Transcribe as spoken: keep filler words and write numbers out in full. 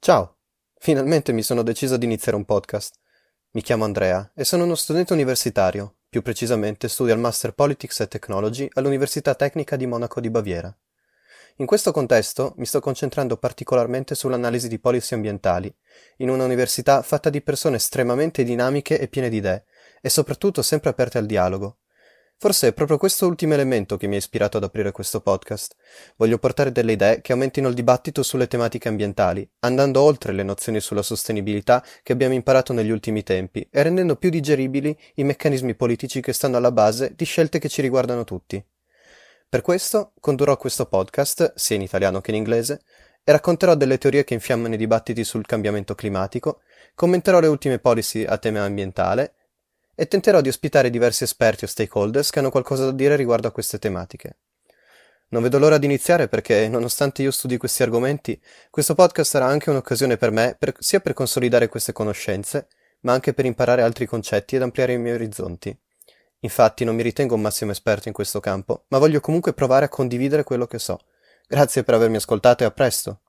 Ciao! Finalmente mi sono deciso ad iniziare un podcast. Mi chiamo Andrea e sono uno studente universitario, più precisamente studio al Master Politics and Technology all'Università Tecnica di Monaco di Baviera. In questo contesto mi sto concentrando particolarmente sull'analisi di policy ambientali, in una università fatta di persone estremamente dinamiche e piene di idee, e soprattutto sempre aperte al dialogo. Forse è proprio questo ultimo elemento che mi ha ispirato ad aprire questo podcast. Voglio portare delle idee che aumentino il dibattito sulle tematiche ambientali, andando oltre le nozioni sulla sostenibilità che abbiamo imparato negli ultimi tempi e rendendo più digeribili i meccanismi politici che stanno alla base di scelte che ci riguardano tutti. Per questo condurrò questo podcast, sia in italiano che in inglese, e racconterò delle teorie che infiammano i dibattiti sul cambiamento climatico, commenterò le ultime policy a tema ambientale e tenterò di ospitare diversi esperti o stakeholders che hanno qualcosa da dire riguardo a queste tematiche. Non vedo l'ora di iniziare perché, nonostante io studi questi argomenti, questo podcast sarà anche un'occasione per me per- sia per consolidare queste conoscenze, ma anche per imparare altri concetti ed ampliare i miei orizzonti. Infatti non mi ritengo un massimo esperto in questo campo, ma voglio comunque provare a condividere quello che so. Grazie per avermi ascoltato e a presto!